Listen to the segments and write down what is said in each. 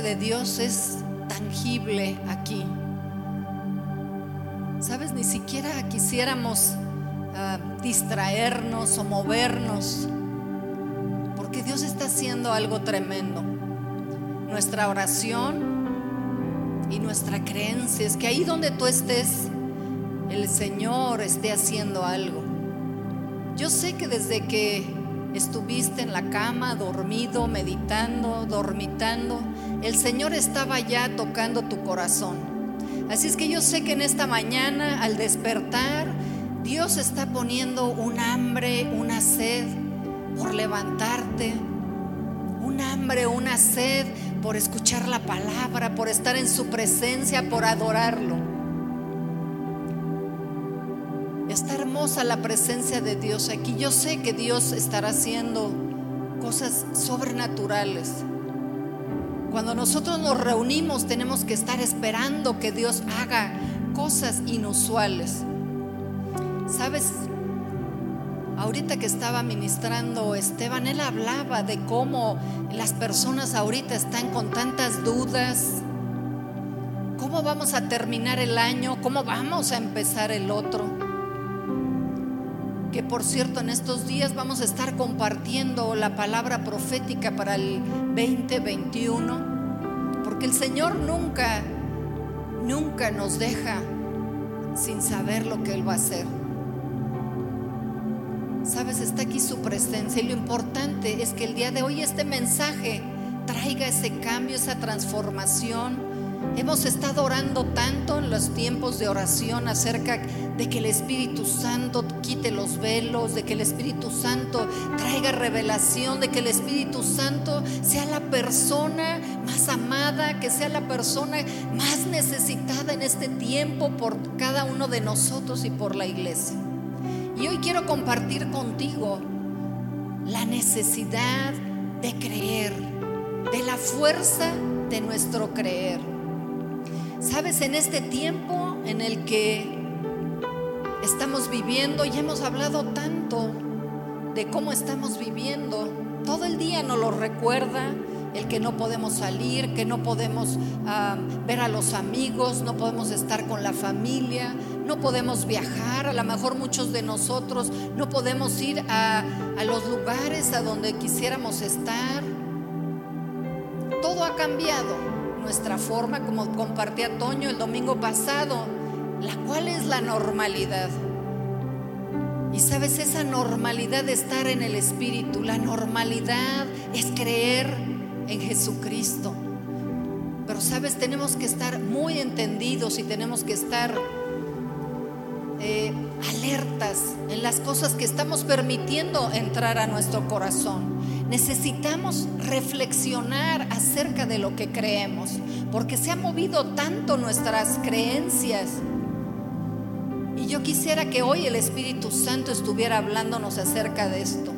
de Dios es tangible aquí. ¿Sabes? Ni siquiera quisiéramos distraernos o movernos, porque Dios está haciendo algo tremendo. Nuestra oración y nuestra creencia es que ahí donde tú estés, el Señor esté haciendo algo. Yo sé que desde que estuviste en la cama, dormido, meditando, dormitando, el Señor estaba ya tocando tu corazón. Así es que yo sé que en esta mañana, al despertar, Dios está poniendo un hambre, una sed por levantarte, un hambre, una sed por escuchar la palabra, por estar en su presencia, por adorarlo. Está hermosa la presencia de Dios aquí. Yo sé que Dios estará haciendo cosas sobrenaturales. Cuando nosotros nos reunimos, tenemos que estar esperando que Dios haga cosas inusuales. ¿Sabes? Ahorita que estaba ministrando Esteban, él hablaba de cómo las personas ahorita están con tantas dudas. ¿Cómo vamos a terminar el año? ¿Cómo vamos a empezar el otro? Que por cierto, en estos días vamos a estar compartiendo la palabra profética para el 2021, porque el Señor nunca nos deja sin saber lo que Él va a hacer. Sabes, está aquí su presencia, y lo importante es que el día de hoy este mensaje traiga ese cambio, esa transformación. Hemos estado orando tanto en los tiempos de oración acerca de que el Espíritu Santo quite los velos, de que el Espíritu Santo traiga revelación, de que el Espíritu Santo sea la persona más amada, que sea la persona más necesitada en este tiempo por cada uno de nosotros y por la iglesia. Y hoy quiero compartir contigo la necesidad de creer, de la fuerza de nuestro creer. Sabes, en este tiempo en el que estamos viviendo, y hemos hablado tanto de cómo estamos viviendo, todo el día nos lo recuerda, el que no podemos salir, que no podemos ver a los amigos, no podemos estar con la familia, no podemos viajar. A lo mejor muchos de nosotros no podemos ir a los lugares a donde quisiéramos estar. Todo ha cambiado, nuestra forma, como compartía Toño el domingo pasado, la cual es la normalidad. Y sabes, esa normalidad de estar en el Espíritu, la normalidad es creer en Jesucristo. Pero sabes, tenemos que estar muy entendidos y tenemos que estar alertas en las cosas que estamos permitiendo entrar a nuestro corazón. Necesitamos reflexionar acerca de lo que creemos, porque se han movido tanto nuestras creencias. Y yo quisiera que hoy el Espíritu Santo estuviera hablándonos acerca de esto.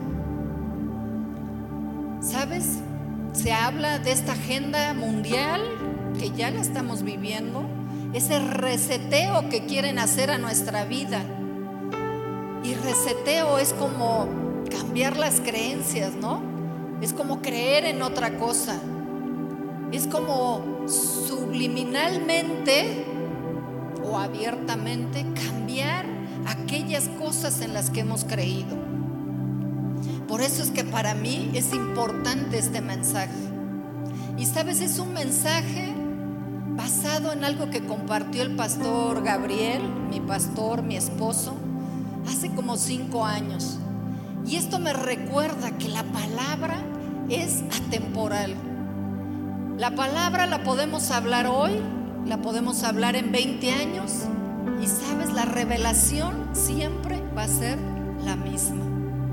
¿Sabes? Se habla de esta agenda mundial que ya la estamos viviendo, ese reseteo que quieren hacer a nuestra vida. Y reseteo es como cambiar las creencias, ¿no? Es como creer en otra cosa. Es como subliminalmente o abiertamente cambiar aquellas cosas en las que hemos creído. Por eso es que para mí es importante este mensaje. Y sabes, es un mensaje basado en algo que compartió el pastor Gabriel, mi pastor, mi esposo, hace como 5 años. Y esto me recuerda que la palabra es atemporal. La palabra la podemos hablar hoy, la podemos hablar en 20 años, y sabes, la revelación siempre va a ser la misma.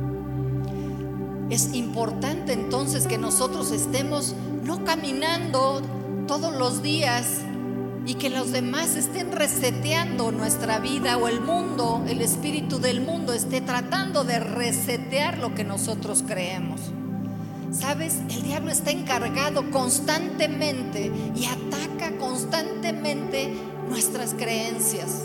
Es importante entonces que nosotros estemos no caminando todos los días y que los demás estén reseteando nuestra vida, o el mundo, el espíritu del mundo esté tratando de resetear lo que nosotros creemos. ¿Sabes? El diablo está encargado constantemente y ataca constantemente nuestras creencias.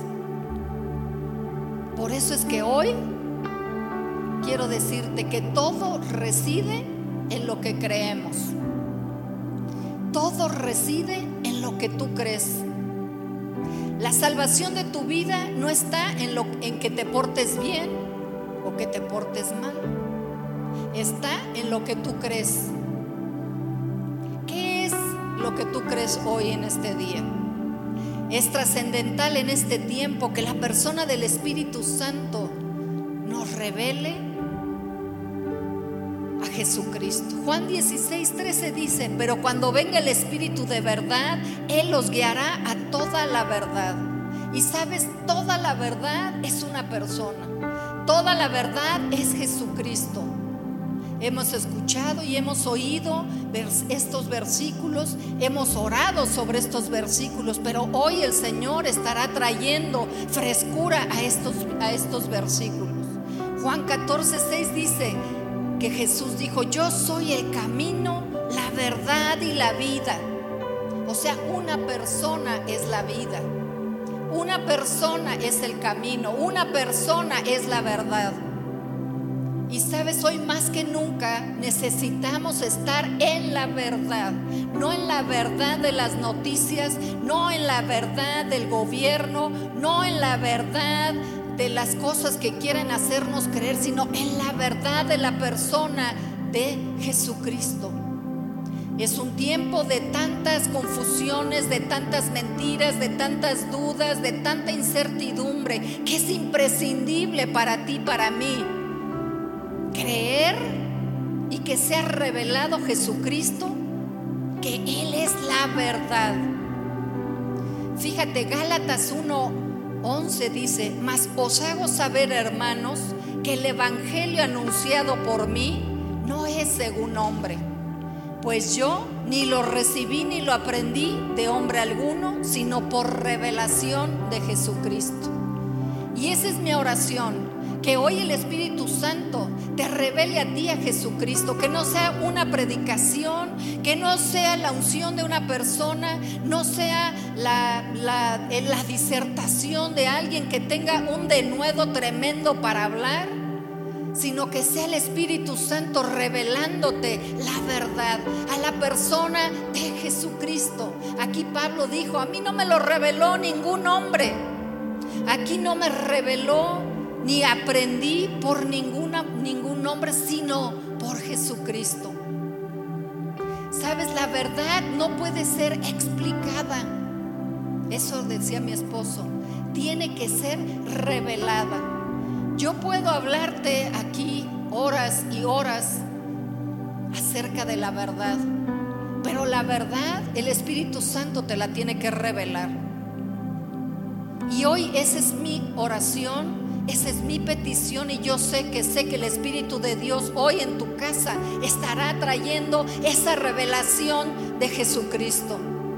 Por eso es que hoy quiero decirte que todo reside en lo que creemos. Todo reside en lo que tú crees. La salvación de tu vida no está en que te portes bien o que te portes mal. Está en lo que tú crees. ¿Qué es lo que tú crees hoy en este día? Es trascendental en este tiempo que la persona del Espíritu Santo nos revele a Jesucristo. Juan 16:13 dice: pero cuando venga el Espíritu de verdad, Él los guiará a toda la verdad. Y sabes, toda la verdad es una persona. Toda la verdad es Jesucristo. Hemos escuchado y hemos oído estos versículos, hemos orado sobre estos versículos, pero hoy el Señor estará trayendo frescura a estos versículos. Juan 14:6 dice que Jesús dijo: yo soy el camino, la verdad y la vida. O sea, una persona es la vida, una persona es el camino, una persona es la verdad. Y sabes, hoy más que nunca necesitamos estar en la verdad, no en la verdad de las noticias, no en la verdad del gobierno, no en la verdad de las cosas que quieren hacernos creer, sino en la verdad de la persona de Jesucristo. Es un tiempo de tantas confusiones, de tantas mentiras, de tantas dudas, de tanta incertidumbre, que es imprescindible para ti, para mí, creer y que sea revelado Jesucristo, que Él es la verdad. Fíjate, Gálatas 1:11 dice: mas os hago saber, hermanos, que el evangelio anunciado por mí no es según hombre, pues yo ni lo recibí ni lo aprendí de hombre alguno, sino por revelación de Jesucristo. Y esa es mi oración, que hoy el Espíritu Santo te revele a ti a Jesucristo, que no sea una predicación, que no sea la unción de una persona, no sea la disertación de alguien que tenga un denuedo tremendo para hablar, sino que sea el Espíritu Santo revelándote la verdad a la persona de Jesucristo. Aquí Pablo dijo: a mí no me lo reveló ningún hombre, aquí no me reveló ni aprendí por ningún hombre, sino por Jesucristo. Sabes, la verdad no puede ser explicada. Eso decía mi esposo, tiene que ser revelada. Yo puedo hablarte aquí horas y horas acerca de la verdad, pero la verdad el Espíritu Santo te la tiene que revelar. Y hoy esa es mi oración, esa es mi petición, y yo sé que el Espíritu de Dios hoy en tu casa estará trayendo esa revelación de Jesucristo.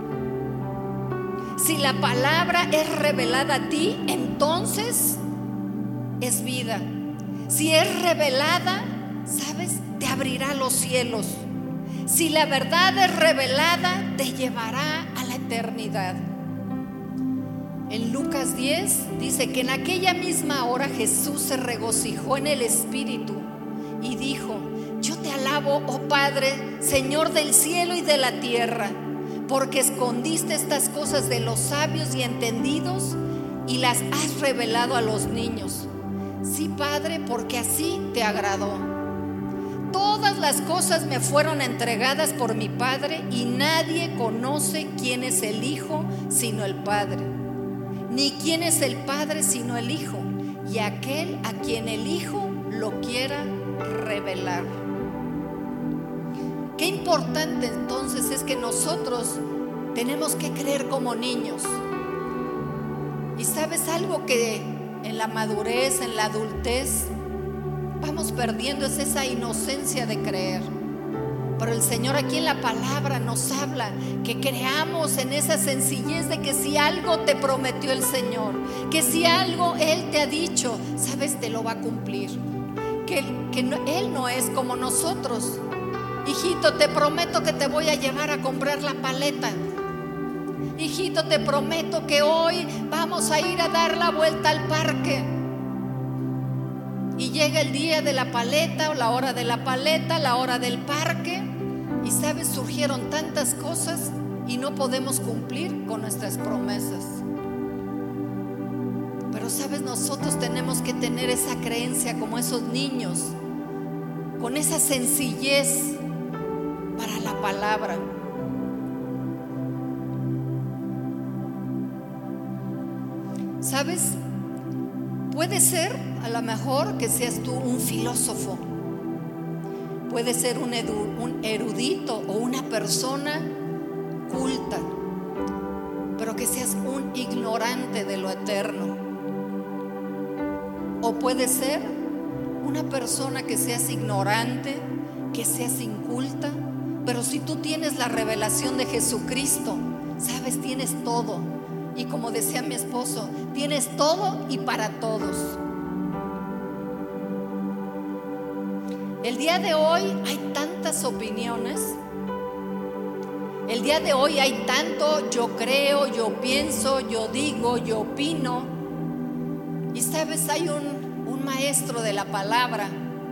Si la palabra es revelada a ti, entonces es vida. Si es revelada, ¿sabes? Te abrirá los cielos. Si la verdad es revelada, te llevará a la eternidad. En Lucas 10 dice que en aquella misma hora Jesús se regocijó en el Espíritu y dijo: yo te alabo, oh Padre, Señor del cielo y de la tierra, porque escondiste estas cosas de los sabios y entendidos y las has revelado a los niños. Sí, Padre, porque así te agradó. Todas las cosas me fueron entregadas por mi Padre, y nadie conoce quién es el Hijo sino el Padre, ni quién es el Padre sino el Hijo, y aquel a quien el Hijo lo quiera revelar. Qué importante entonces es que nosotros tenemos que creer como niños. Y sabes algo que en la madurez, en la adultez, vamos perdiendo, es esa inocencia de creer. Pero el Señor aquí en la palabra nos habla que creamos en esa sencillez de que si algo te prometió el Señor, que si algo Él te ha dicho, sabes, te lo va a cumplir. Que Él no es como nosotros. Hijito, te prometo que te voy a llevar a comprar la paleta. Hijito, te prometo que hoy vamos a ir a dar la vuelta al parque. Y llega el día de la paleta, o la hora de la paleta, la hora del parque, Y sabes, surgieron tantas cosas y no podemos cumplir con nuestras promesas. Pero sabes, nosotros tenemos que tener esa creencia como esos niños, con esa sencillez para la palabra. ¿Sabes? Puede ser a lo mejor que seas tú un filósofo, puede ser un erudito o una persona culta, pero que seas un ignorante de lo eterno. O puede ser una persona que seas ignorante, que seas inculta, pero si tú tienes la revelación de Jesucristo, sabes, tienes todo. Y como decía mi esposo, tienes todo y para todos. El día de hoy hay tantas opiniones. El día de hoy hay tanto yo creo, yo pienso, yo digo, yo opino. Y sabes, hay un maestro de la palabra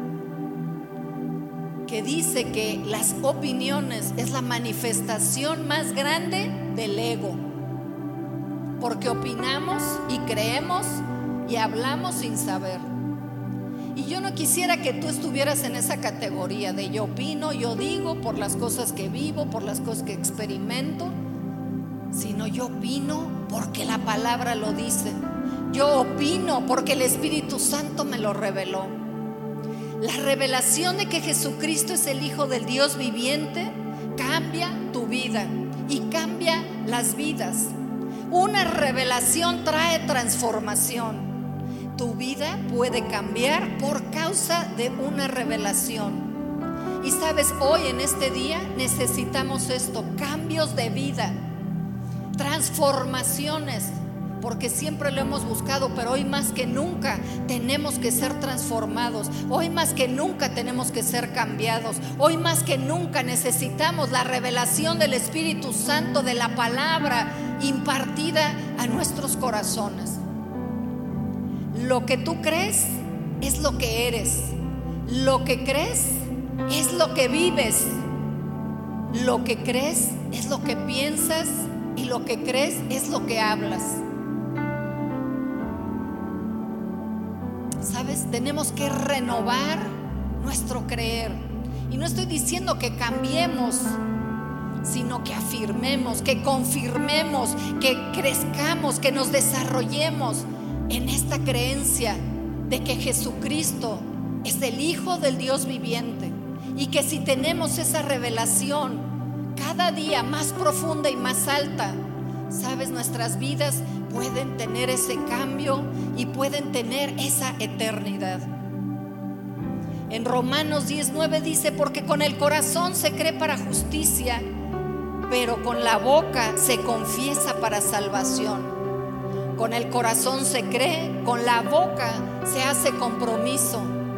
que dice que las opiniones es la manifestación más grande del ego. Porque opinamos y creemos y hablamos sin saber. Y yo no quisiera que tú estuvieras en esa categoría de yo opino, yo digo por las cosas que vivo, por las cosas que experimento, sino yo opino porque la palabra lo dice. Yo opino porque el Espíritu Santo me lo reveló. La revelación de que Jesucristo es el Hijo del Dios viviente cambia tu vida y cambia las vidas. Una revelación trae transformación. Tu vida puede cambiar por causa de una revelación. Y sabes, hoy en este día necesitamos esto, cambios de vida, transformaciones, porque siempre lo hemos buscado, pero hoy más que nunca tenemos que ser transformados. Hoy más que nunca tenemos que ser cambiados. Hoy más que nunca necesitamos la revelación del Espíritu Santo, de la palabra impartida a nuestros corazones. Lo que tú crees es lo que eres. Lo que crees es lo que vives. Lo que crees es lo que piensas y lo que crees es lo que hablas. ¿Sabes? Tenemos que renovar nuestro creer. Y no estoy diciendo que cambiemos, sino que afirmemos, que confirmemos, que crezcamos, que nos desarrollemos en esta creencia de que Jesucristo es el Hijo del Dios viviente. Y que si tenemos esa revelación cada día más profunda y más alta, sabes, nuestras vidas pueden tener ese cambio y pueden tener esa eternidad. En Romanos 10:9 dice: porque con el corazón se cree para justicia, pero con la boca se confiesa para salvación. Con el corazón se cree, con la boca se hace compromiso.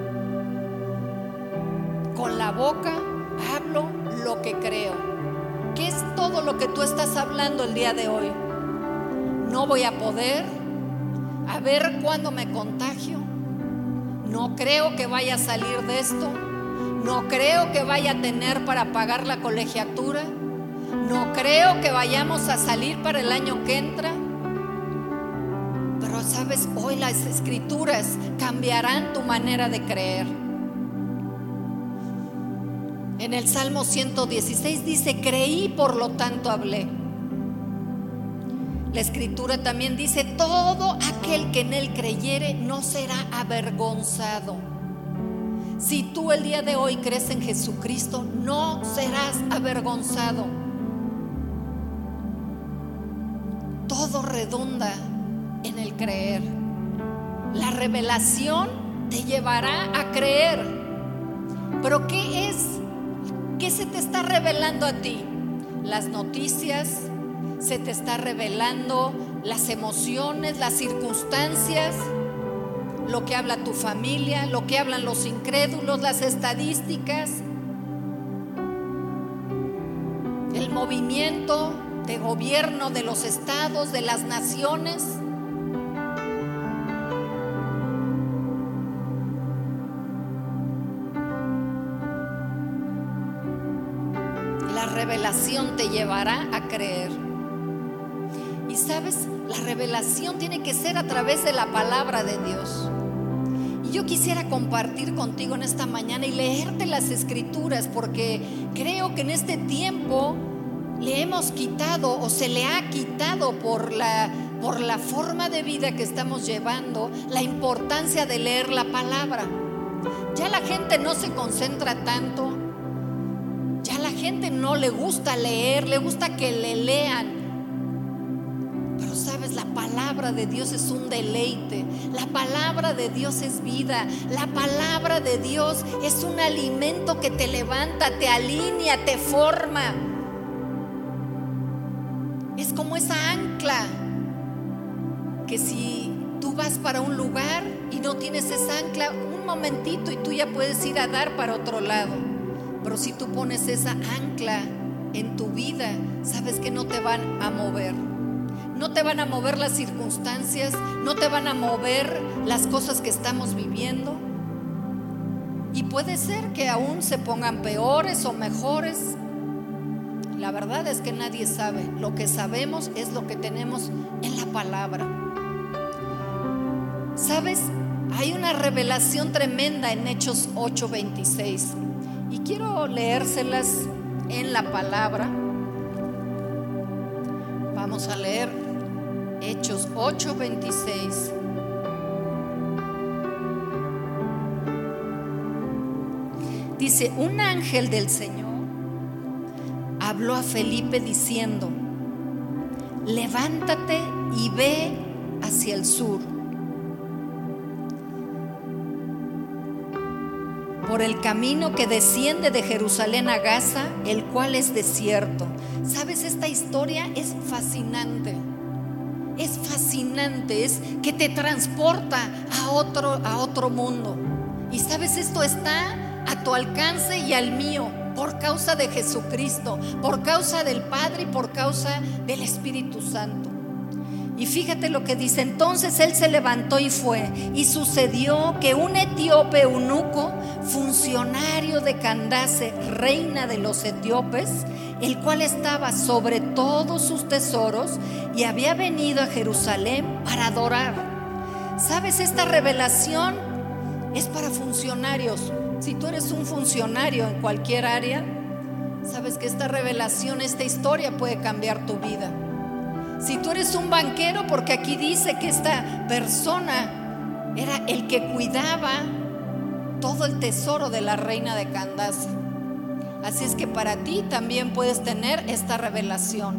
Con la boca hablo lo que creo. ¿Qué es todo lo que tú estás hablando el día de hoy? No voy a poder, a ver cuándo me contagio, no creo que vaya a salir de esto, no creo que vaya a tener para pagar la colegiatura, no creo que vayamos a salir para el año que entra. Pero sabes, hoy las escrituras cambiarán tu manera de creer. En el Salmo 116 dice: creí, por lo tanto hablé. La escritura también dice: todo aquel que en él creyere no será avergonzado. Si tú el día de hoy crees en Jesucristo, no serás avergonzado. Todo redunda en el creer. La revelación te llevará a creer. Pero ¿qué es? ¿Qué se te está revelando a ti? Las noticias, se te está revelando las emociones, las circunstancias, lo que habla tu familia, lo que hablan los incrédulos, las estadísticas, el movimiento de gobierno de los estados, de las naciones. revelación te llevará a creer. Y sabes, la revelación tiene que ser a través de la palabra de Dios. Y yo quisiera compartir contigo en esta mañana y leerte las escrituras, porque creo que en este tiempo le hemos quitado, o se le ha quitado por la forma de vida que estamos llevando, la importancia de leer la palabra. Ya la gente no se concentra tanto, ya la gente no le gusta leer, le gusta que le lean. Pero sabes, la palabra de Dios es un deleite, la palabra de Dios es vida, la palabra de Dios es un alimento que te levanta, te alinea, te forma. Es como esa ancla que si tú vas para un lugar y no tienes esa ancla, un momentito y tú ya puedes ir a dar para otro lado. Pero si tú pones esa ancla en tu vida, sabes que no te van a mover. No te van a mover las circunstancias, no te van a mover las cosas que estamos viviendo. Y puede ser que aún se pongan peores o mejores. La verdad es que nadie sabe. Lo que sabemos es lo que tenemos en la palabra. ¿Sabes? Hay una revelación tremenda en Hechos 8:26. Y quiero leérselas en la palabra. Vamos a leer Hechos 8:26. Dice: un ángel del Señor habló a Felipe diciendo: levántate y ve hacia el sur, por el camino que desciende de Jerusalén a Gaza, el cual es desierto. ¿Sabes? Esta historia es fascinante. Es fascinante, es que te transporta a otro mundo. Y sabes, esto está a tu alcance y al mío, por causa de Jesucristo, por causa del Padre y por causa del Espíritu Santo. Y fíjate lo que dice: entonces él se levantó y fue, y sucedió que un etíope eunuco, funcionario de Candace, reina de los etíopes, el cual estaba sobre todos sus tesoros, y había venido a Jerusalén para adorar. ¿Sabes? Esta revelación es para funcionarios. Si tú eres un funcionario en cualquier área, sabes que esta revelación, esta historia puede cambiar tu vida. Si tú eres un banquero, porque aquí dice que esta persona era el que cuidaba todo el tesoro de la reina de Candace. Así es que para ti también puedes tener esta revelación.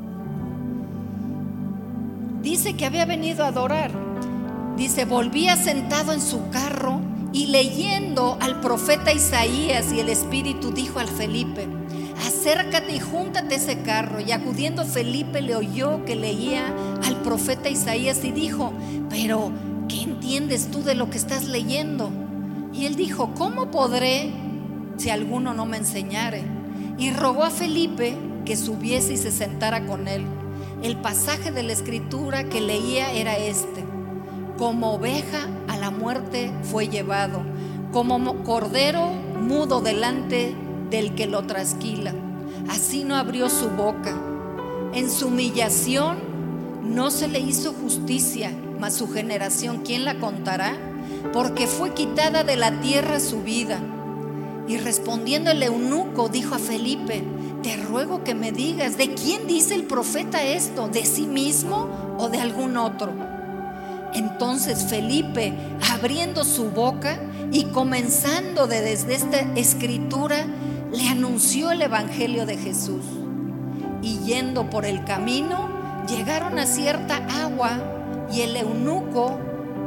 Dice que había venido a adorar. Dice: volvía sentado en su carro y leyendo al profeta Isaías, y el Espíritu dijo al Felipe: acércate y júntate a ese carro. Y acudiendo Felipe le oyó que leía al profeta Isaías y dijo: pero ¿qué entiendes tú de lo que estás leyendo? Y él dijo: ¿cómo podré si alguno no me enseñare? Y rogó a Felipe que subiese y se sentara con él. El pasaje de la escritura que leía era este: como oveja a la muerte fue llevado, como cordero mudo delante del que lo trasquila, así no abrió su boca. En su humillación no se le hizo justicia, mas su generación, ¿quién la contará? Porque fue quitada de la tierra su vida. Y respondiendo el eunuco dijo a Felipe: te ruego que me digas, ¿de quién dice el profeta esto? ¿De sí mismo o de algún otro? Entonces Felipe, abriendo su boca y comenzando desde esta escritura, le anunció el evangelio de Jesús. Y yendo por el camino, llegaron a cierta agua, y el eunuco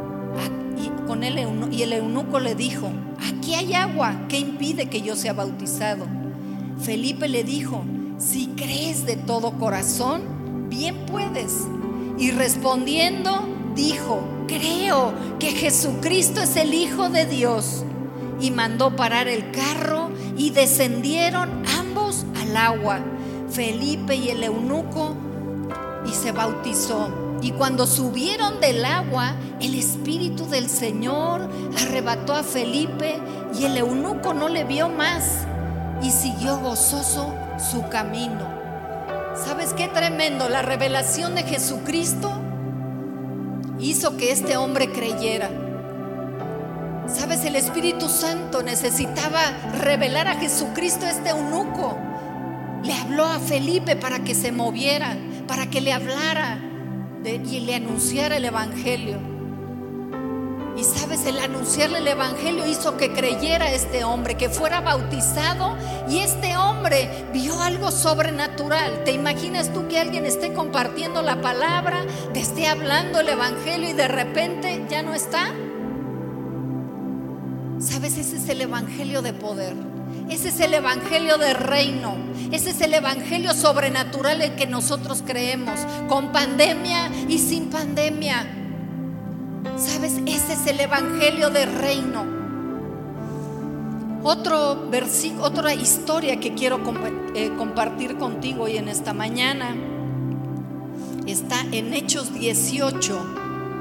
le dijo: aquí hay agua, ¿qué impide que yo sea bautizado? Felipe le dijo: si crees de todo corazón, bien puedes. Y respondiendo dijo: creo que Jesucristo es el Hijo de Dios. Y mandó parar el carro y descendieron ambos al agua, Felipe y el eunuco, y se bautizó. Y cuando subieron del agua, el Espíritu del Señor arrebató a Felipe, y el eunuco no le vio más, y siguió gozoso su camino. ¿Sabes qué tremendo? La revelación de Jesucristo hizo que este hombre creyera. ¿Sabes? El Espíritu Santo necesitaba revelar a Jesucristo a este eunuco. Le habló a Felipe para que se moviera, para que le hablara y le anunciara el Evangelio. Y sabes, el anunciarle el Evangelio hizo que creyera este hombre, que fuera bautizado, y este hombre vio algo sobrenatural. ¿Te imaginas tú que alguien esté compartiendo la palabra, te esté hablando el Evangelio y de repente ya no está? Sabes, ese es el Evangelio de poder. Ese es el Evangelio de reino. Ese es el Evangelio sobrenatural en que nosotros creemos, con pandemia y sin pandemia. ¿Sabes? Ese es el Evangelio de reino. Otra historia que quiero compartir contigo hoy en esta mañana está en Hechos 18,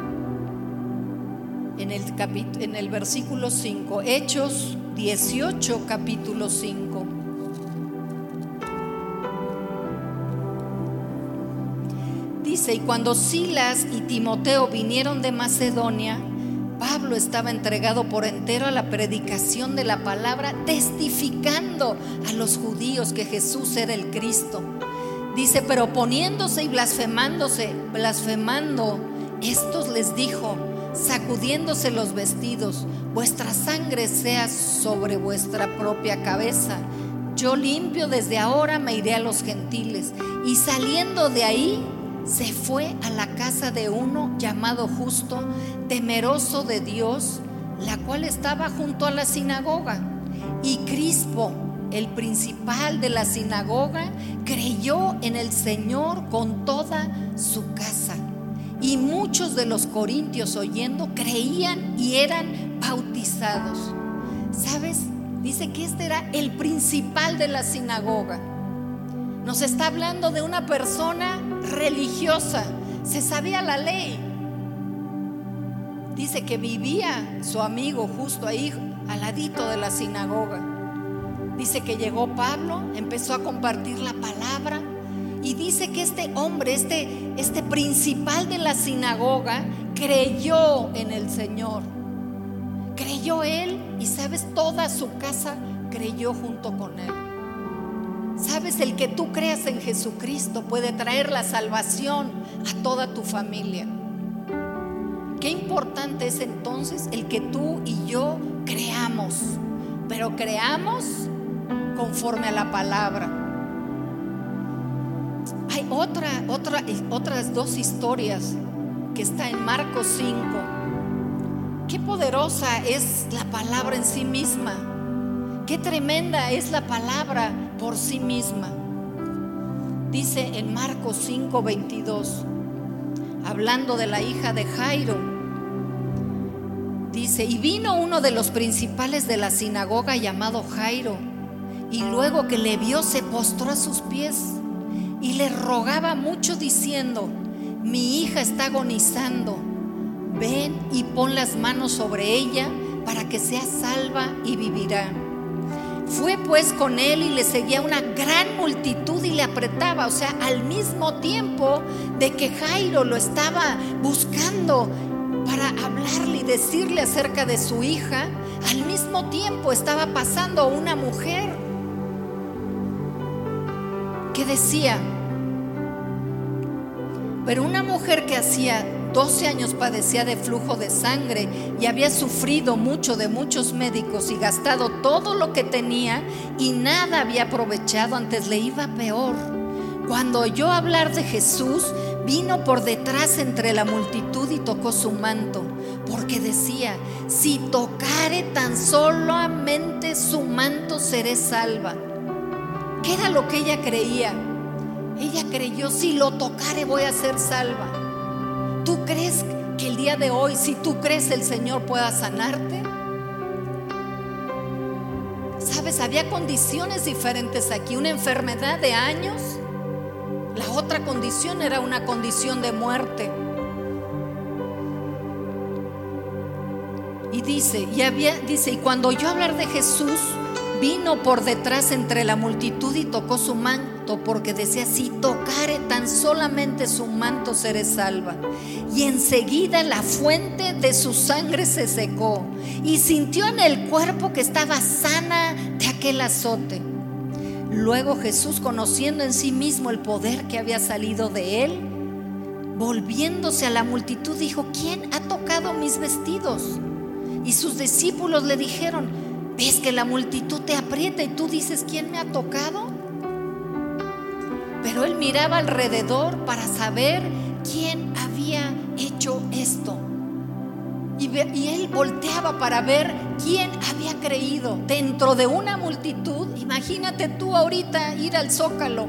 en el versículo 5. Hechos 18, capítulo 5. Dice: y cuando Silas y Timoteo vinieron de Macedonia, Pablo estaba entregado por entero a la predicación de la palabra, testificando a los judíos que Jesús era el Cristo. Dice: pero poniéndose y blasfemando, estos les dijo, sacudiéndose los vestidos: vuestra sangre sea sobre vuestra propia cabeza. Yo limpio, desde ahora me iré a los gentiles. Y saliendo de ahí, se fue a la casa de uno llamado Justo, temeroso de Dios, la cual estaba junto a la sinagoga. Y Crispo, el principal de la sinagoga, creyó en el Señor con toda su casa. Y muchos de los corintios, oyendo, creían y eran bautizados. ¿Sabes? Dice que este era el principal de la sinagoga. Nos está hablando de una persona religiosa, se sabía la ley. Dice que vivía su amigo justo ahí al ladito de la sinagoga. Dice que llegó Pablo, empezó a compartir la palabra, y dice que este hombre, este principal de la sinagoga, creyó en el Señor. Creyó él, y sabes, toda su casa creyó junto con él. Sabes, el que tú creas en Jesucristo puede traer la salvación a toda tu familia. Qué importante es entonces el que tú y yo creamos, pero creamos conforme a la palabra. Hay otras dos historias que está en Marcos 5. Qué poderosa es la palabra en sí misma. Qué tremenda es la palabra por sí misma. Dice en Marcos 5:22, hablando de la hija de Jairo, dice: y vino uno de los principales de la sinagoga llamado Jairo, y luego que le vio se postró a sus pies y le rogaba mucho diciendo: mi hija está agonizando, ven y pon las manos sobre ella para que sea salva y vivirá. Fue pues con él y le seguía una gran multitud y le apretaba. O sea, al mismo tiempo de que Jairo lo estaba buscando para hablarle y decirle acerca de su hija, al mismo tiempo estaba pasando una mujer que decía, pero una mujer que hacía 12 años padecía de flujo de sangre y había sufrido mucho de muchos médicos y gastado todo lo que tenía y nada había aprovechado, antes le iba peor. Cuando oyó hablar de Jesús, vino por detrás entre la multitud y tocó su manto, porque decía: si tocare tan solamente su manto, seré salva. ¿Qué era lo que ella creía? Ella creyó: si lo tocare voy a ser salva. ¿Tú crees que el día de hoy, si tú crees, el Señor pueda sanarte? Sabes, había condiciones diferentes aquí. Una enfermedad de años, la otra condición era una condición de muerte. Y dice, y cuando oyó hablar de Jesús, vino por detrás entre la multitud y tocó su manto, porque decía: si tocare tan solamente su manto, seré salva. Y enseguida la fuente de su sangre se secó, y sintió en el cuerpo que estaba sana de aquel azote. Luego Jesús, conociendo en sí mismo el poder que había salido de él, volviéndose a la multitud, dijo: ¿quién ha tocado mis vestidos? Y sus discípulos le dijeron: ¿ves que la multitud te aprieta y tú dices: ¿quién me ha tocado? Pero él miraba alrededor para saber quién había hecho esto. Y él volteaba para ver quién había creído dentro de una multitud. Imagínate tú ahorita ir al Zócalo,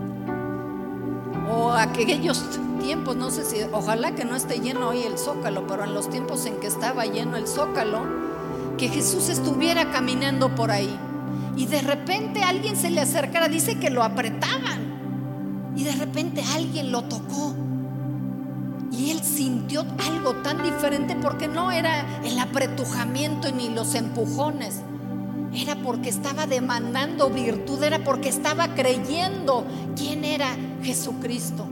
o aquellos tiempos, no sé si, ojalá que no esté lleno hoy el Zócalo, pero en los tiempos en que estaba lleno el Zócalo, que Jesús estuviera caminando por ahí y de repente alguien se le acercara. Dice que lo apretaban y de repente alguien lo tocó y él sintió algo tan diferente, porque no era el apretujamiento ni los empujones, era porque estaba demandando virtud, era porque estaba creyendo quién era Jesucristo.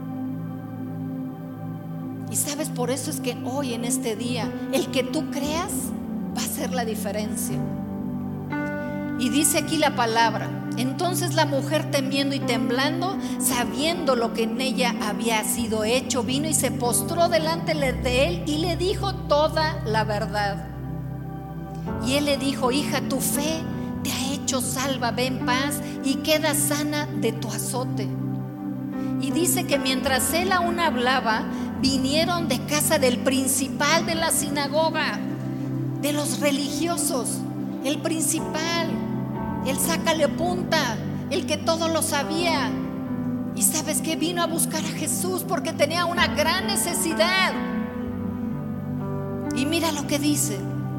Y sabes, por eso es que hoy, en este día, el que tú creas va a ser la diferencia. Y dice aquí la palabra: entonces la mujer, temiendo y temblando, sabiendo lo que en ella había sido hecho, vino y se postró delante de él y le dijo toda la verdad. Y él le dijo: hija, tu fe te ha hecho salva, ve en paz y queda sana de tu azote. Y dice que mientras él aún hablaba, vinieron de casa del principal de la sinagoga, de los religiosos, el principal, el sácale punta, el que todo lo sabía. Y sabes que vino a buscar a Jesús porque tenía una gran necesidad. Y mira lo que dice: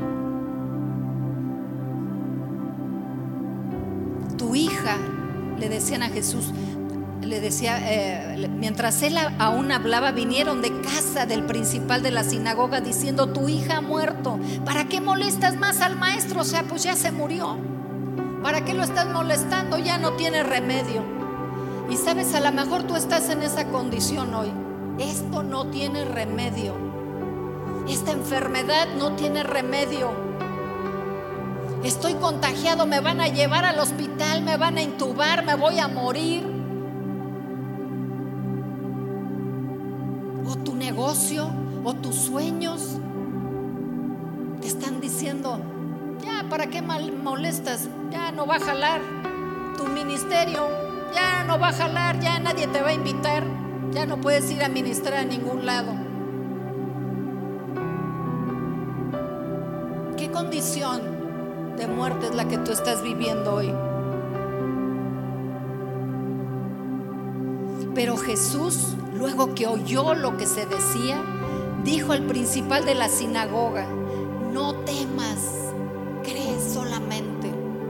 tu hija, le decían a Jesús, le decía, mientras él aún hablaba, vinieron de casa del principal de la sinagoga diciendo: tu hija ha muerto, ¿para qué molestas más al maestro? O sea, pues ya se murió, ¿para qué lo estás molestando? Ya no tiene remedio. Y sabes, a lo mejor tú estás en esa condición hoy. Esto no tiene remedio, esta enfermedad no tiene remedio. Estoy contagiado, me van a llevar al hospital, me van a intubar, me voy a morir. O tu negocio o tus sueños te están diciendo: ya, ¿para qué molestas? Ya no va a jalar tu ministerio, ya no va a jalar, ya nadie te va a invitar, ya no puedes ir a ministrar a ningún lado. ¿Qué condición de muerte es la que tú estás viviendo hoy? Pero Jesús, luego que oyó lo que se decía, dijo al principal de la sinagoga: no temas, cree solamente.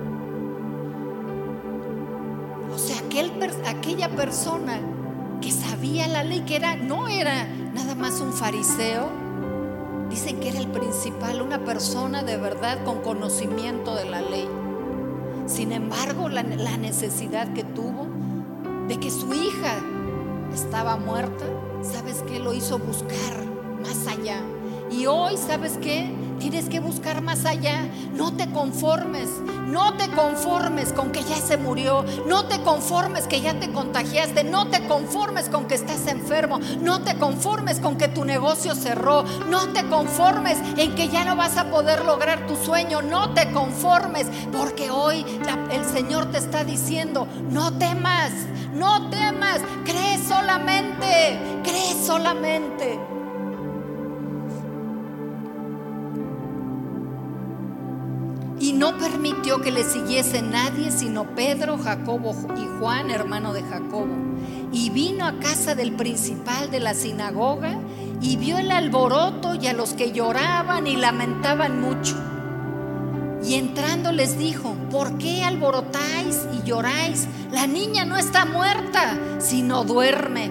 O sea, aquella persona que sabía la ley, que no era nada más un fariseo, dicen que era el principal, una persona de verdad con conocimiento de la ley. Sin embargo, la necesidad que tuvo de que su hija estaba muerta, ¿sabes qué? Lo hizo buscar más allá. Y hoy, ¿sabes qué? Tienes que buscar más allá. No te conformes con que ya se murió. No te conformes que ya te contagiaste. No te conformes con que estás enfermo. No te conformes con que tu negocio cerró. No te conformes en que ya no vas a poder lograr tu sueño. No te conformes, porque hoy el Señor te está diciendo: no temas, no temas, cree solamente, cree solamente. Y no permitió que le siguiese nadie sino Pedro, Jacobo y Juan, hermano de Jacobo. Y vino a casa del principal de la sinagoga y vio el alboroto y a los que lloraban y lamentaban mucho. Y entrando les dijo: ¿por qué alborotáis y lloráis? La niña no está muerta, sino duerme.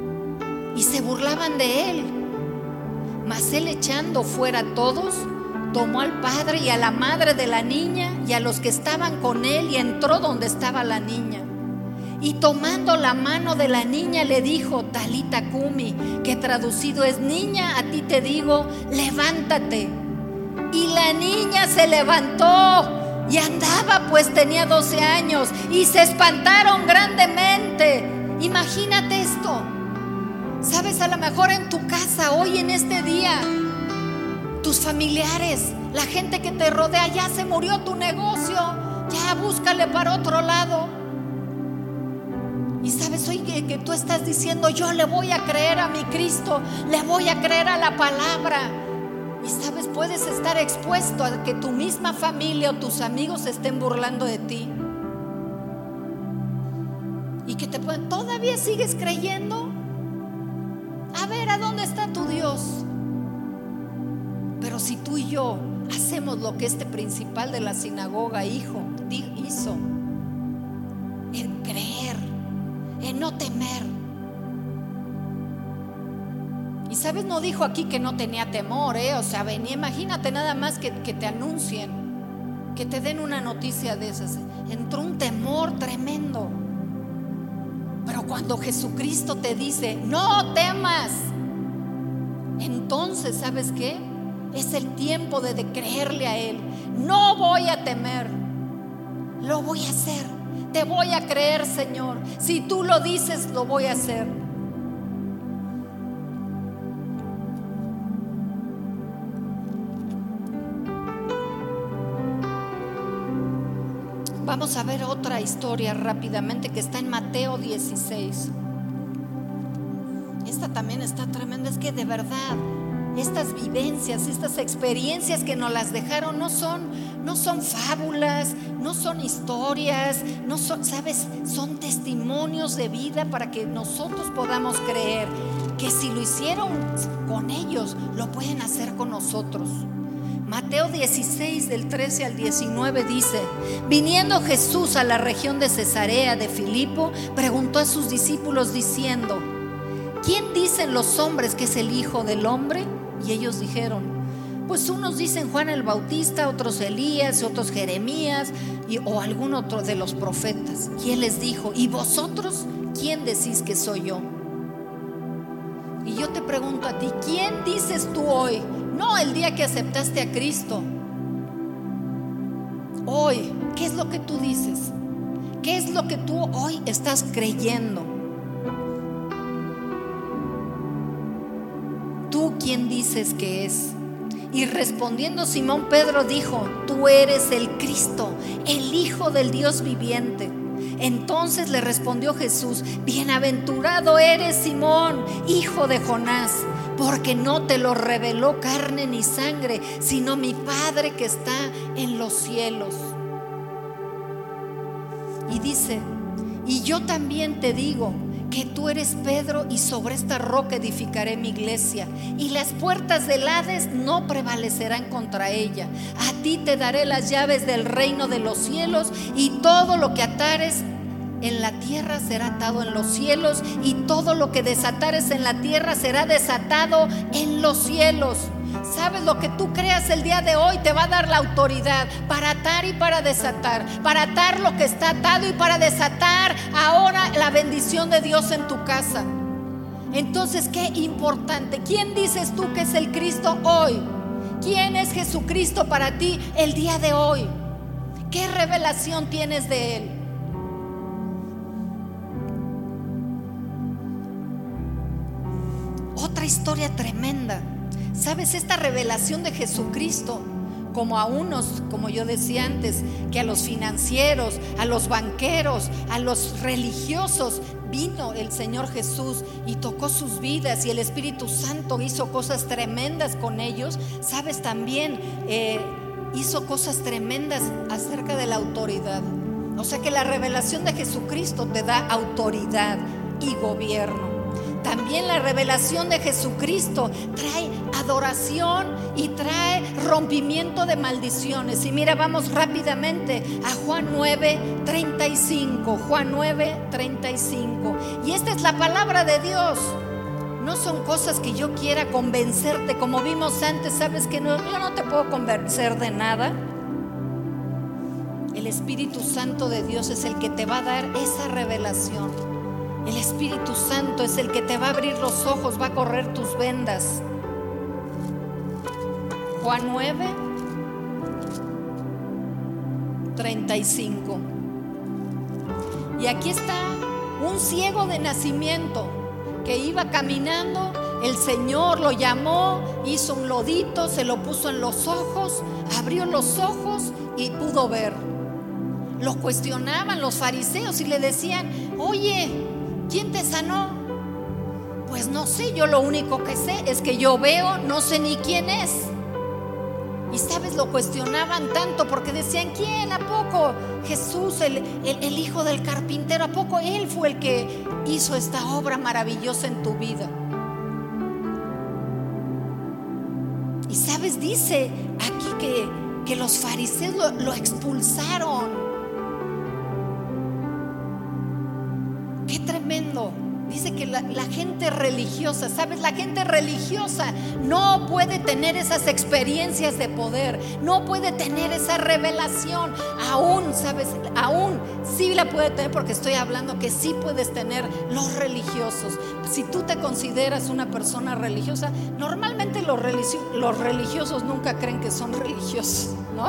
Y se burlaban de él. Mas él, echando fuera a todos, tomó al padre y a la madre de la niña y a los que estaban con él y entró donde estaba la niña. Y tomando la mano de la niña le dijo, Talita Cumi, que traducido es, niña, a ti te digo, levántate. Y la niña se levantó y andaba, pues tenía 12 años, y se espantaron grandemente. Imagínate esto. Sabes, a lo mejor en tu casa, hoy en este día, tus familiares, la gente que te rodea, ya se murió tu negocio, ya búscale para otro lado. Y sabes hoy que tú estás diciendo, yo le voy a creer a mi Cristo, le voy a creer a la palabra. Y sabes, puedes estar expuesto a que tu misma familia o tus amigos se estén burlando de ti. Y que te pueden, ¿todavía sigues creyendo? A ver, ¿a dónde está tu Dios? Pero si tú y yo hacemos lo que este principal de la sinagoga hizo, el creer, el no temer. Y sabes, no dijo aquí que no tenía temor, o sea, venía, imagínate nada más que te anuncien, que te den una noticia de esas. Entró un temor tremendo. Pero cuando Jesucristo te dice, no temas, entonces, ¿sabes qué? Es el tiempo de creerle a Él. No voy a temer, lo voy a hacer. Te voy a creer, Señor. Si tú lo dices, lo voy a hacer. Vamos a ver otra historia rápidamente que está en Mateo 16. Esta también está tremenda. Es que de verdad, estas vivencias, estas experiencias que nos las dejaron no son fábulas, no son historias, no son, ¿sabes? Son testimonios de vida para que nosotros podamos creer que si lo hicieron con ellos, lo pueden hacer con nosotros. Mateo 16 del 13 al 19 dice: viniendo Jesús a la región de Cesarea de Filipo, preguntó a sus discípulos diciendo: ¿quién dicen los hombres que es el Hijo del Hombre? Y ellos dijeron: pues unos dicen Juan el Bautista, otros Elías, otros Jeremías o algún otro de los profetas. Y él les dijo: ¿y vosotros quién decís que soy yo? Y yo te pregunto a ti, ¿quién dices tú hoy? No el día que aceptaste a Cristo. Hoy, ¿qué es lo que tú dices? ¿Qué es lo que tú hoy estás creyendo? ¿Tú quién dices que es? Y respondiendo Simón Pedro dijo: tú eres el Cristo, el Hijo del Dios viviente. Entonces le respondió Jesús: bienaventurado eres, Simón, hijo de Jonás, porque no te lo reveló carne ni sangre, sino mi Padre que está en los cielos. Y dice: y yo también te digo que tú eres Pedro, y sobre esta roca edificaré mi iglesia, y las puertas del Hades no prevalecerán contra ella. A ti te daré las llaves del reino de los cielos, y todo lo que atares en la tierra será atado en los cielos, y todo lo que desatares en la tierra será desatado en los cielos. ¿Sabes? Lo que tú creas el día de hoy te va a dar la autoridad para atar y para atar lo que está atado y para desatar ahora la bendición de Dios en tu casa. Entonces, qué importante. ¿Quién dices tú que es el Cristo hoy? ¿Quién es Jesucristo para ti el día de hoy? ¿Qué revelación tienes de Él? Otra historia tremenda. ¿Sabes? Esta revelación de Jesucristo, como a unos, como yo decía antes, que a los financieros, a los banqueros, a los religiosos, vino el Señor Jesús y tocó sus vidas, y el Espíritu Santo hizo cosas tremendas con ellos. ¿Sabes? También hizo cosas tremendas acerca de la autoridad. O sea que la revelación de Jesucristo te da autoridad y gobierno. También la revelación de Jesucristo trae adoración y trae rompimiento de maldiciones. Y mira, vamos rápidamente a Juan 9:35. Juan 9:35. Y esta es la palabra de Dios. No son cosas que yo quiera convencerte, como vimos antes. Sabes que no, yo no te puedo convencer de nada. El Espíritu Santo de Dios es el que te va a dar esa revelación. El Espíritu Santo es el que te va a abrir los ojos, va a correr tus vendas. Juan 9, 35. Y aquí está un ciego de nacimiento que iba caminando. El Señor lo llamó, hizo un lodito, se lo puso en los ojos, abrió los ojos y pudo ver. Lo cuestionaban los fariseos y le decían: oye, ¿quién te sanó? Pues no sé, yo lo único que sé es que yo veo, no sé ni quién es. Y sabes, lo cuestionaban tanto porque decían: ¿quién? ¿A poco Jesús, el hijo del carpintero? ¿A poco Él fue el que hizo esta obra maravillosa en tu vida? Y sabes, dice aquí que los fariseos lo expulsaron. ¡Qué tremendo! Dice que la gente religiosa, ¿sabes? La gente religiosa no puede tener esas experiencias de poder, no puede tener esa revelación. Aún, ¿sabes? Aún sí la puede tener, porque estoy hablando que sí puedes tener los religiosos. Si tú te consideras una persona religiosa, normalmente los religiosos nunca creen que son religiosos, ¿no?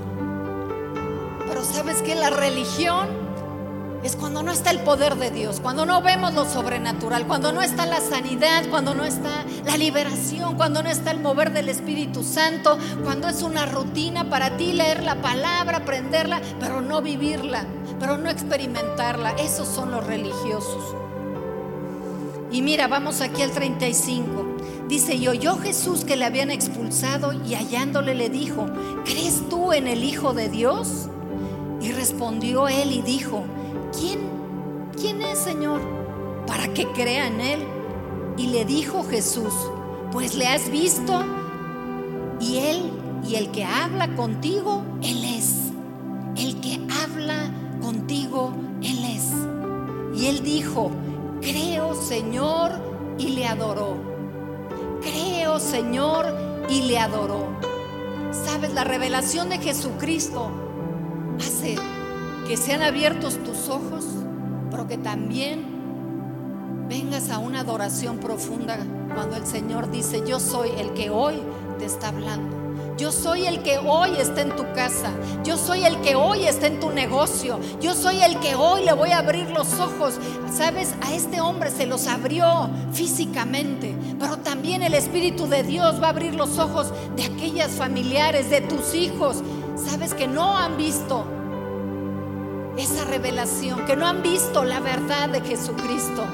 Pero ¿sabes qué? La religión es cuando no está el poder de Dios, cuando no vemos lo sobrenatural, cuando no está la sanidad, cuando no está la liberación, cuando no está el mover del Espíritu Santo, cuando es una rutina para ti leer la palabra, aprenderla, pero no vivirla, pero no experimentarla. Esos son los religiosos. Y mira, vamos aquí al 35. Dice: y oyó Jesús que le habían expulsado, y hallándole le dijo: ¿crees tú en el Hijo de Dios? Y respondió él y dijo: ¿Quién es, Señor, para que crea en Él? Y le dijo Jesús: pues le has visto, y Él, y el que habla contigo, Él es. El que habla contigo, Él es. Y él dijo: creo, Señor, y le adoró. Creo, Señor, y le adoró. Sabes, la revelación de Jesucristo hace que sean abiertos tus ojos, pero que también vengas a una adoración profunda cuando el Señor dice: yo soy el que hoy te está hablando. Yo soy el que hoy está en tu casa. Yo soy el que hoy está en tu negocio. Yo soy el que hoy le voy a abrir los ojos. Sabes, a este hombre se los abrió físicamente, pero también el Espíritu de Dios va a abrir los ojos de aquellas familiares, de tus hijos, sabes, que no han visto esa revelación, que no han visto la verdad de Jesucristo.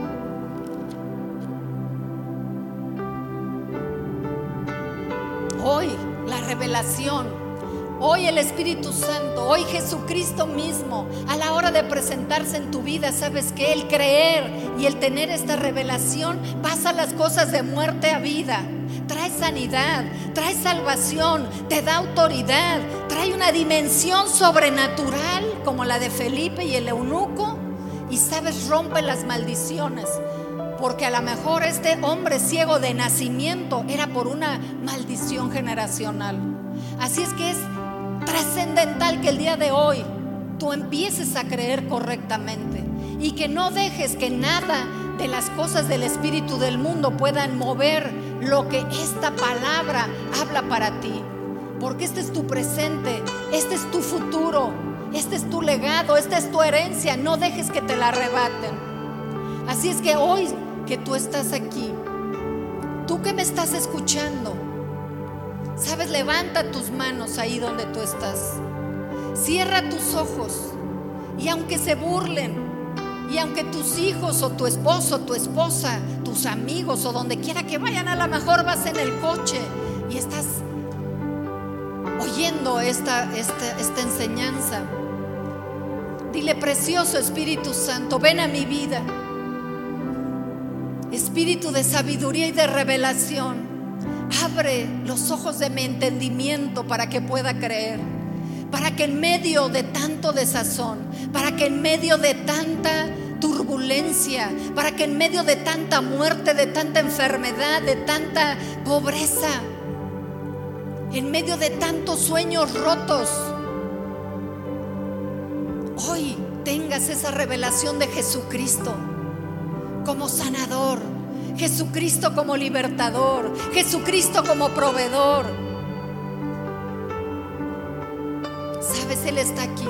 Hoy la revelación, hoy el Espíritu Santo, hoy Jesucristo mismo, a la hora de presentarse en tu vida, sabes que el creer y el tener esta revelación pasa las cosas de muerte a vida. Trae sanidad, trae salvación, te da autoridad, trae una dimensión sobrenatural como la de Felipe y el eunuco, y sabes, rompe las maldiciones, porque a lo mejor este hombre ciego de nacimiento era por una maldición generacional. Así es que es trascendental que el día de hoy tú empieces a creer correctamente y que no dejes que nada de las cosas del espíritu del mundo puedan mover lo que esta palabra habla para ti, porque este es tu presente, este es tu futuro, este es tu legado, esta es tu herencia. No dejes que te la arrebaten. Así es que hoy que tú estás aquí, tú que me estás escuchando, sabes, levanta tus manos ahí donde tú estás, cierra tus ojos, y aunque se burlen, y aunque tus hijos o tu esposo, tu esposa, tus amigos o donde quiera que vayan, a lo mejor vas en el coche y estás oyendo esta enseñanza, dile: precioso Espíritu Santo, ven a mi vida. Espíritu de sabiduría y de revelación, abre los ojos de mi entendimiento para que pueda creer, para que en medio de tanto desazón, para que en medio de tanta turbulencia, opulencia, para que en medio de tanta muerte, de tanta enfermedad, de tanta pobreza, en medio de tantos sueños rotos, hoy tengas esa revelación de Jesucristo como sanador, Jesucristo como libertador, Jesucristo como proveedor. ¿Sabes? Él está aquí.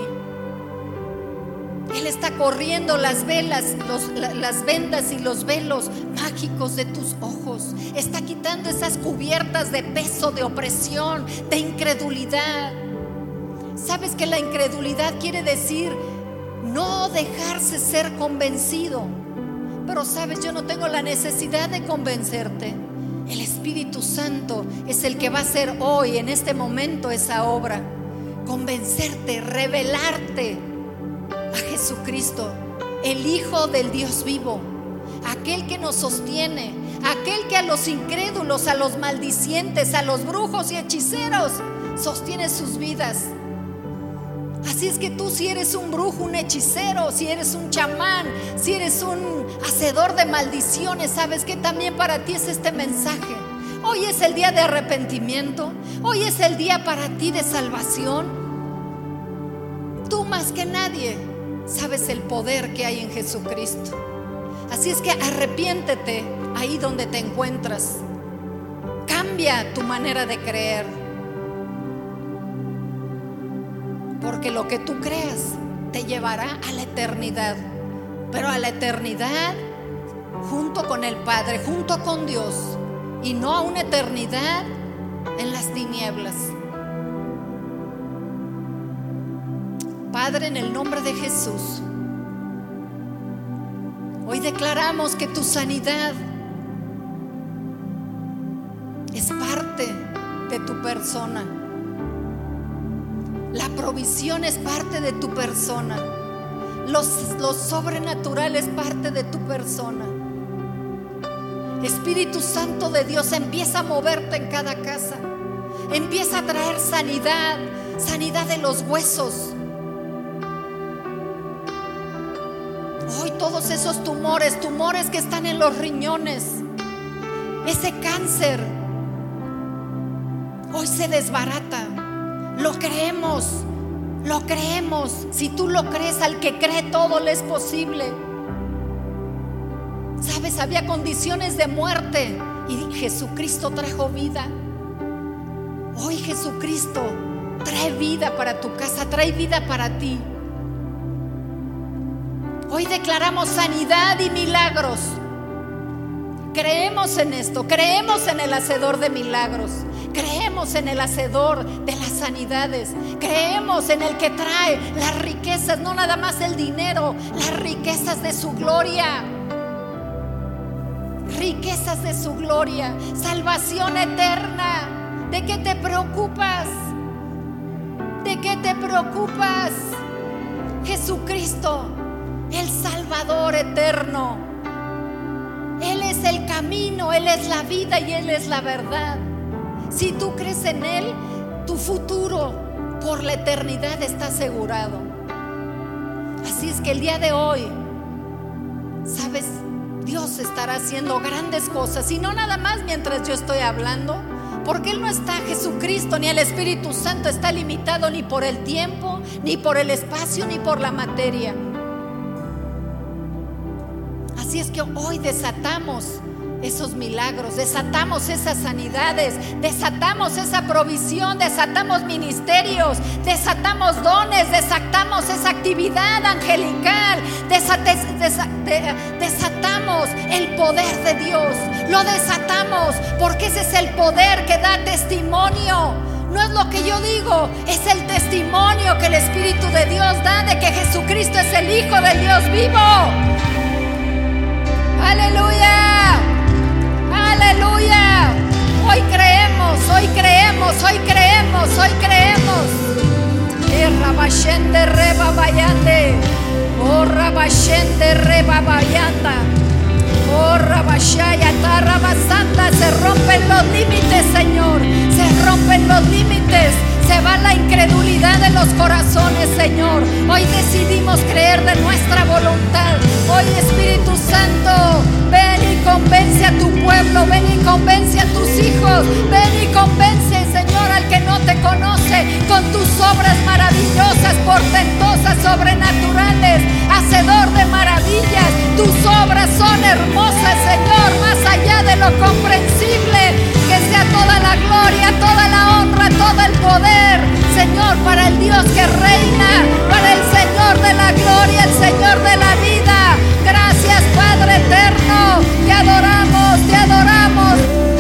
Él está corriendo las velas, las vendas y los velos mágicos de tus ojos. Está quitando esas cubiertas de peso, de opresión, de incredulidad. ¿Sabes que la incredulidad quiere decir no dejarse ser convencido? Pero sabes, yo no tengo la necesidad de convencerte. El Espíritu Santo es el que va a hacer hoy, en este momento, esa obra. Convencerte, revelarte a Jesucristo, el Hijo del Dios vivo, aquel que nos sostiene, aquel que a los incrédulos, a los maldicientes, a los brujos y hechiceros sostiene sus vidas. Así es que tú, si eres un brujo, un hechicero, si eres un chamán, si eres un hacedor de maldiciones, sabes que también para ti es este mensaje. Hoy es el día de arrepentimiento, hoy es el día para ti de salvación. Tú más que nadie sabes el poder que hay en Jesucristo. Así es que arrepiéntete ahí donde te encuentras. Cambia tu manera de creer, porque lo que tú creas te llevará a la eternidad, pero a la eternidad junto con el Padre, junto con Dios, y no a una eternidad en las tinieblas. Padre, en el nombre de Jesús, hoy declaramos que tu sanidad es parte de tu persona. La provisión es parte de tu persona. Lo sobrenatural es parte de tu persona. Espíritu Santo de Dios, empieza a moverte en cada casa. Empieza a traer sanidad, sanidad de los huesos. Hoy todos esos tumores que están en los riñones, ese cáncer, hoy se desbarata. Lo creemos, lo creemos. Si tú lo crees, al que cree todo le es posible. Sabes, había condiciones de muerte y Jesucristo trajo vida. Hoy Jesucristo trae vida para tu casa, trae vida para ti. Hoy declaramos sanidad y milagros. Creemos en esto, creemos en el hacedor de milagros, creemos en el hacedor de las sanidades, creemos en el que trae las riquezas, no nada más el dinero, las riquezas de su gloria, riquezas de su gloria, salvación eterna. ¿De qué te preocupas? ¿De qué te preocupas? Jesucristo, el Salvador eterno. Él es el camino, Él es la vida y Él es la verdad. Si tú crees en Él, tu futuro por la eternidad está asegurado. Así es que el día de hoy, ¿sabes? Dios estará haciendo grandes cosas, y no nada más mientras yo estoy hablando, porque Él no está, Jesucristo ni el Espíritu Santo está limitado ni por el tiempo, ni por el espacio, ni por la materia. Así es que hoy desatamos esos milagros, desatamos esas sanidades, desatamos esa provisión, desatamos ministerios, desatamos dones, desatamos esa actividad angelical, desatamos el poder de Dios, lo desatamos porque ese es el poder que da testimonio. No es lo que yo digo, es el testimonio que el Espíritu de Dios da de que Jesucristo es el Hijo del Dios vivo. Aleluya, aleluya. Hoy creemos, hoy creemos, hoy creemos, hoy creemos. Rabashende reba bayande, oh rabashende reba bayanda, oh rabashaya tarabasanta. Se rompen los límites, Señor, se rompen los límites. Se va la la incredulidad de los corazones, Señor. Hoy decidimos creer de nuestra voluntad. Hoy, Espíritu Santo, ven y convence a tu pueblo, ven y convence a tus hijos, ven y convence, Señor, al que no te conoce con tus obras maravillosas, portentosas, sobrenaturales, hacedor de maravillas. Tus obras son hermosas, Señor, más allá de lo comprensible. Que sea toda la gloria, toda la honra, todo el poder, Señor, para el Dios que reina, para el Señor de la gloria, el Señor de la vida. Gracias, Padre eterno, te adoramos, te adoramos.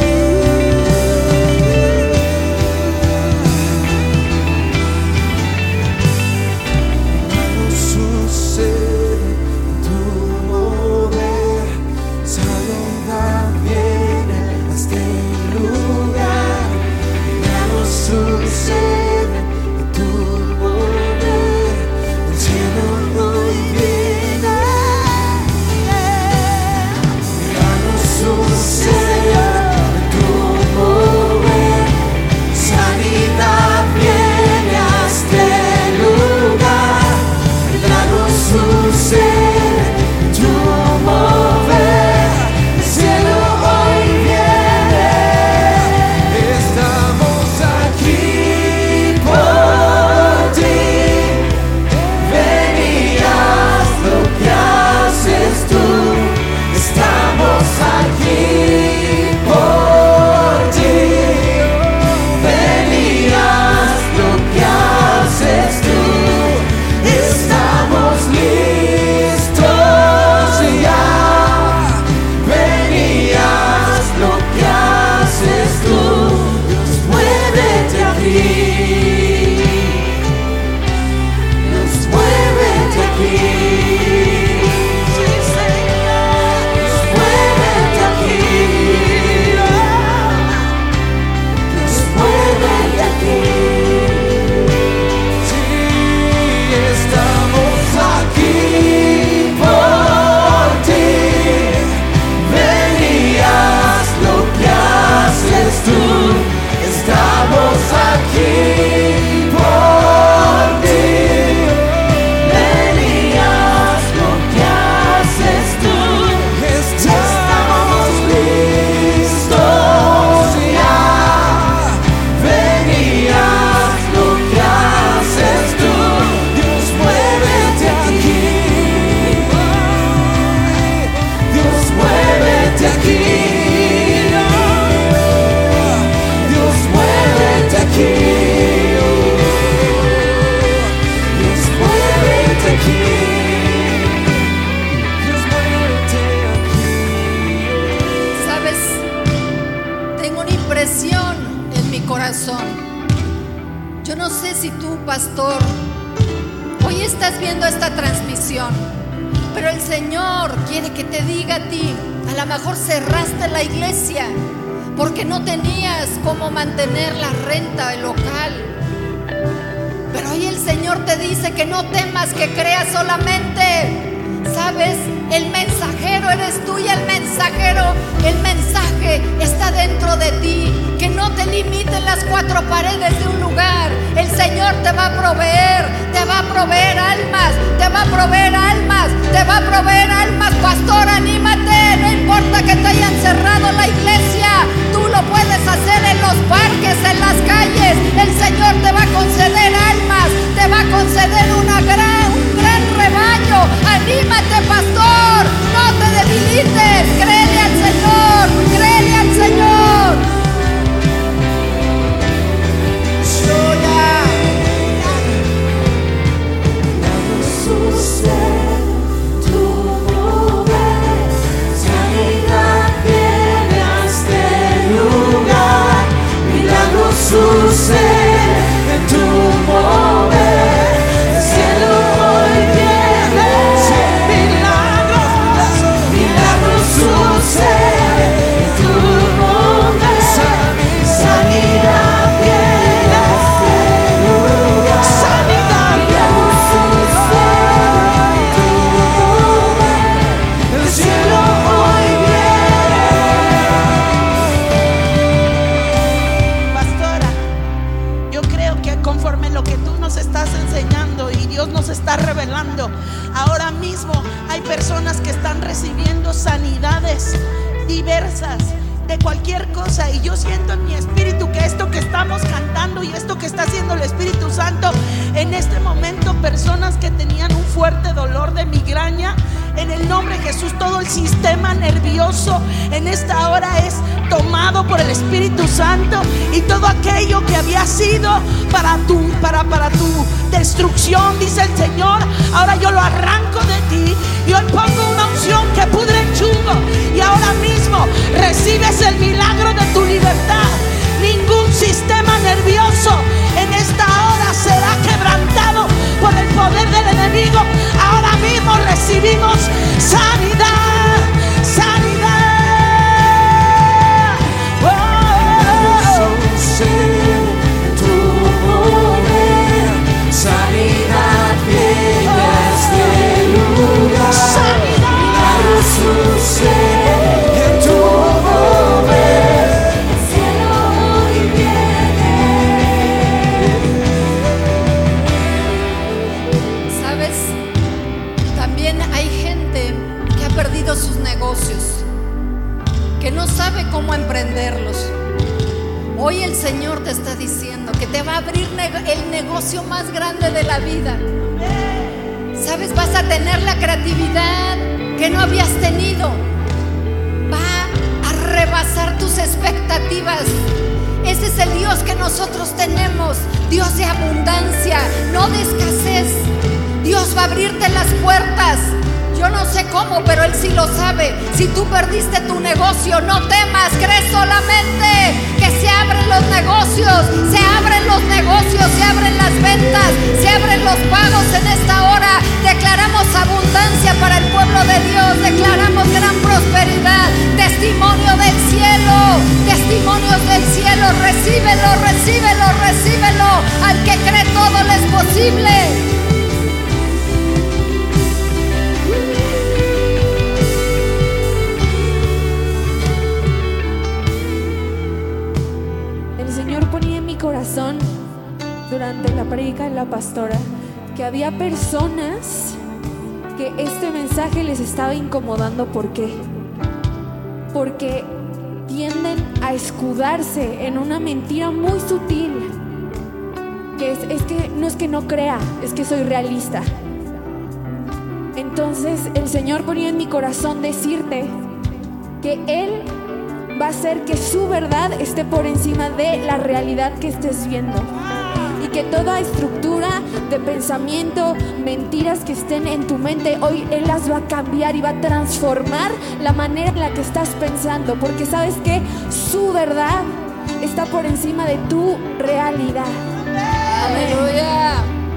Yo no sé si tú, pastor, hoy estás viendo esta transmisión, pero el Señor quiere que te diga a ti, a lo mejor cerraste la iglesia porque no tenías cómo mantener la renta del local, pero hoy el Señor te dice que no temas, que creas solamente. ¿Sabes? El mensajero eres tú y el mensaje está dentro de ti. Que no te limiten las cuatro paredes de un lugar. El Señor te va a proveer almas, te va a proveer almas, te va a proveer almas. Pastor, anímate, no importa que te hayan cerrado la iglesia, tú lo puedes hacer en los parques, en las calles. El Señor te va a conceder almas, te va a conceder un gran rebaño. Anímate, pastor, no te debilites, créele al Señor. sanidades diversas de cualquier cosa. Y yo siento en mi espíritu que esto que estamos cantando y esto que está haciendo el Espíritu Santo en este momento, personas que tenían un fuerte dolor de migraña, en el nombre de Jesús, todo el sistema nervioso en esta hora es tomado por el Espíritu Santo, y todo aquello que había sido para tu destrucción, dice el Señor, ahora yo lo arranco de ti y hoy pongo una unción que pudre el chungo, y ahora mismo recibes el milagro de tu libertad. Ningún sistema nervioso en esta hora será quebrantado por el poder del enemigo. Ahora mismo recibimos sanidad, sanidad. Tu poder, sanidad viene a este lugar. Milagros suceden en tu poder. El cielo hoy viene. ¿Sabes? También hay gente que ha perdido sus negocios, que no sabe cómo emprenderlos. Hoy el Señor te está diciendo que te va a abrir el negocio más grande de la vida. ¿Sabes? Vas a tener la creatividad que no habías tenido. Va a rebasar tus expectativas. Ese es el Dios que nosotros tenemos. Dios de abundancia, no de escasez. Dios va a abrirte las puertas. Yo no sé cómo, pero Él sí lo sabe. Si tú perdiste tu negocio, no temas, cree solamente que se abren los negocios, se abren los negocios, se abren las ventas, se abren los pagos en esta hora. Declaramos abundancia para el pueblo de Dios, declaramos gran prosperidad, testimonio del cielo, testimonios del cielo. Recíbelo, recíbelo, recíbelo. Al que cree todo le es posible. Corazón durante la prédica de la pastora que había personas que este mensaje les estaba incomodando. ¿Por qué? Porque tienden a escudarse en una mentira muy sutil, que es que no es que no crea, es que soy realista. Entonces el Señor ponía en mi corazón decirte que Él va a hacer que su verdad esté por encima de la realidad que estés viendo, y que toda estructura de pensamiento, mentiras que estén en tu mente, hoy Él las va a cambiar y va a transformar la manera en la que estás pensando, porque sabes que su verdad está por encima de tu realidad. Aleluya.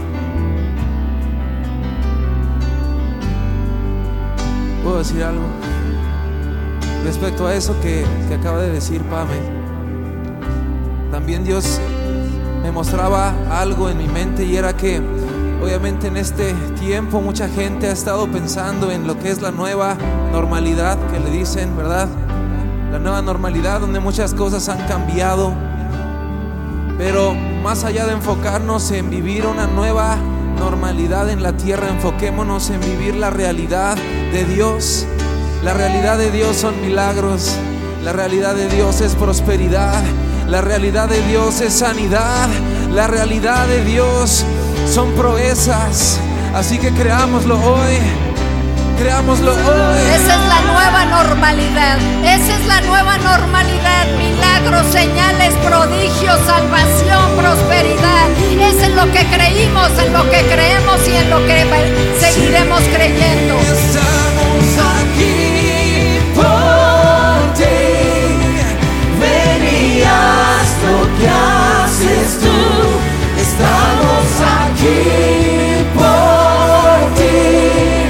¿Puedo decir algo respecto a eso que acaba de decir Pame? También Dios me mostraba algo en mi mente, y era que obviamente en este tiempo mucha gente ha estado pensando en lo que es la nueva normalidad, que le dicen, ¿verdad? La nueva normalidad, donde muchas cosas han cambiado. Pero más allá de enfocarnos en vivir una nueva normalidad en la tierra, enfoquémonos en vivir la realidad de Dios. La realidad de Dios son milagros. La realidad de Dios es prosperidad. La realidad de Dios es sanidad. La realidad de Dios son proezas. Así que creámoslo hoy. Creámoslo hoy. Esa es la nueva normalidad. Esa es la nueva normalidad. Milagros, señales, prodigios, salvación, prosperidad. Es en lo que creímos, en lo que creemos y en lo que seguiremos creyendo. Estamos aquí por ti. Ven y haz lo que haces tú. Estamos aquí por ti.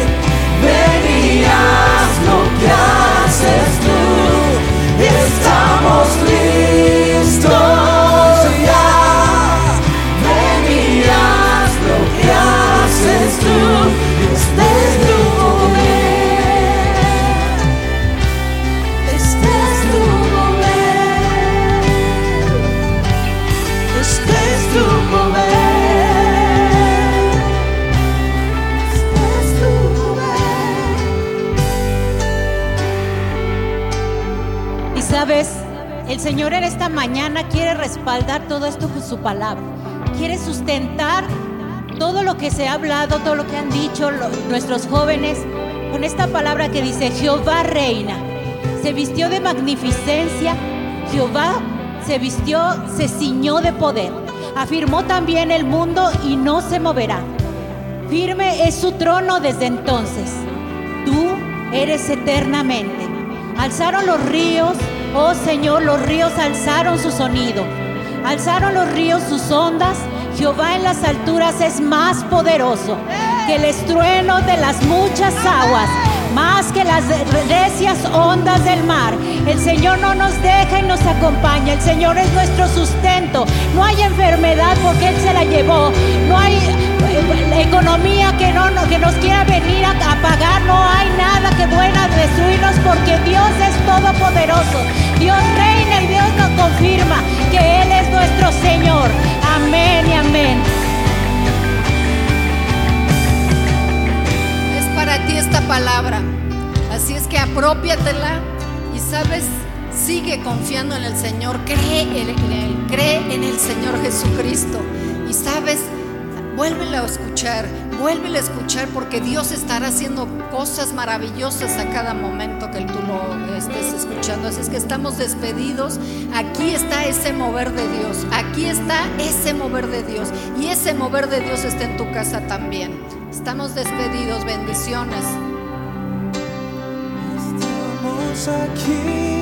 Estamos listos ya. Ven y haz lo que haces tú. Este es tu poder. El Señor en esta mañana quiere respaldar todo esto con su palabra. Quiere sustentar todo lo que se ha hablado, todo lo que han dicho nuestros jóvenes, con esta palabra que dice: Jehová reina. Se vistió de magnificencia, Jehová se ciñó de poder. Afirmó también el mundo y no se moverá. Firme es su trono desde entonces. Tú eres eternamente. Alzaron los ríos, oh Señor, los ríos alzaron su sonido. Alzaron los ríos sus ondas. Jehová en las alturas es más poderoso que el estruendo de las muchas aguas, más que las recias ondas del mar. El Señor no nos deja y nos acompaña. El Señor es nuestro sustento. No hay enfermedad porque Él se la llevó. No hay economía que nos quiera venir a apagar. No hay nada que pueda destruirnos porque Dios es todopoderoso. Dios reina y Dios nos confirma que Él es nuestro Señor. Amén y amén. Es para ti esta palabra. Así es que apropiatela y sabes, sigue confiando en el Señor. Cree en Él, cree en el Señor Jesucristo. Y sabes, vuélvela a escuchar porque Dios estará haciendo cosas maravillosas a cada momento que tú lo estés escuchando. Así es que estamos despedidos. Aquí está ese mover de Dios. Aquí está ese mover de Dios. Y ese mover de Dios está en tu casa también. Estamos despedidos. Bendiciones. Estamos aquí.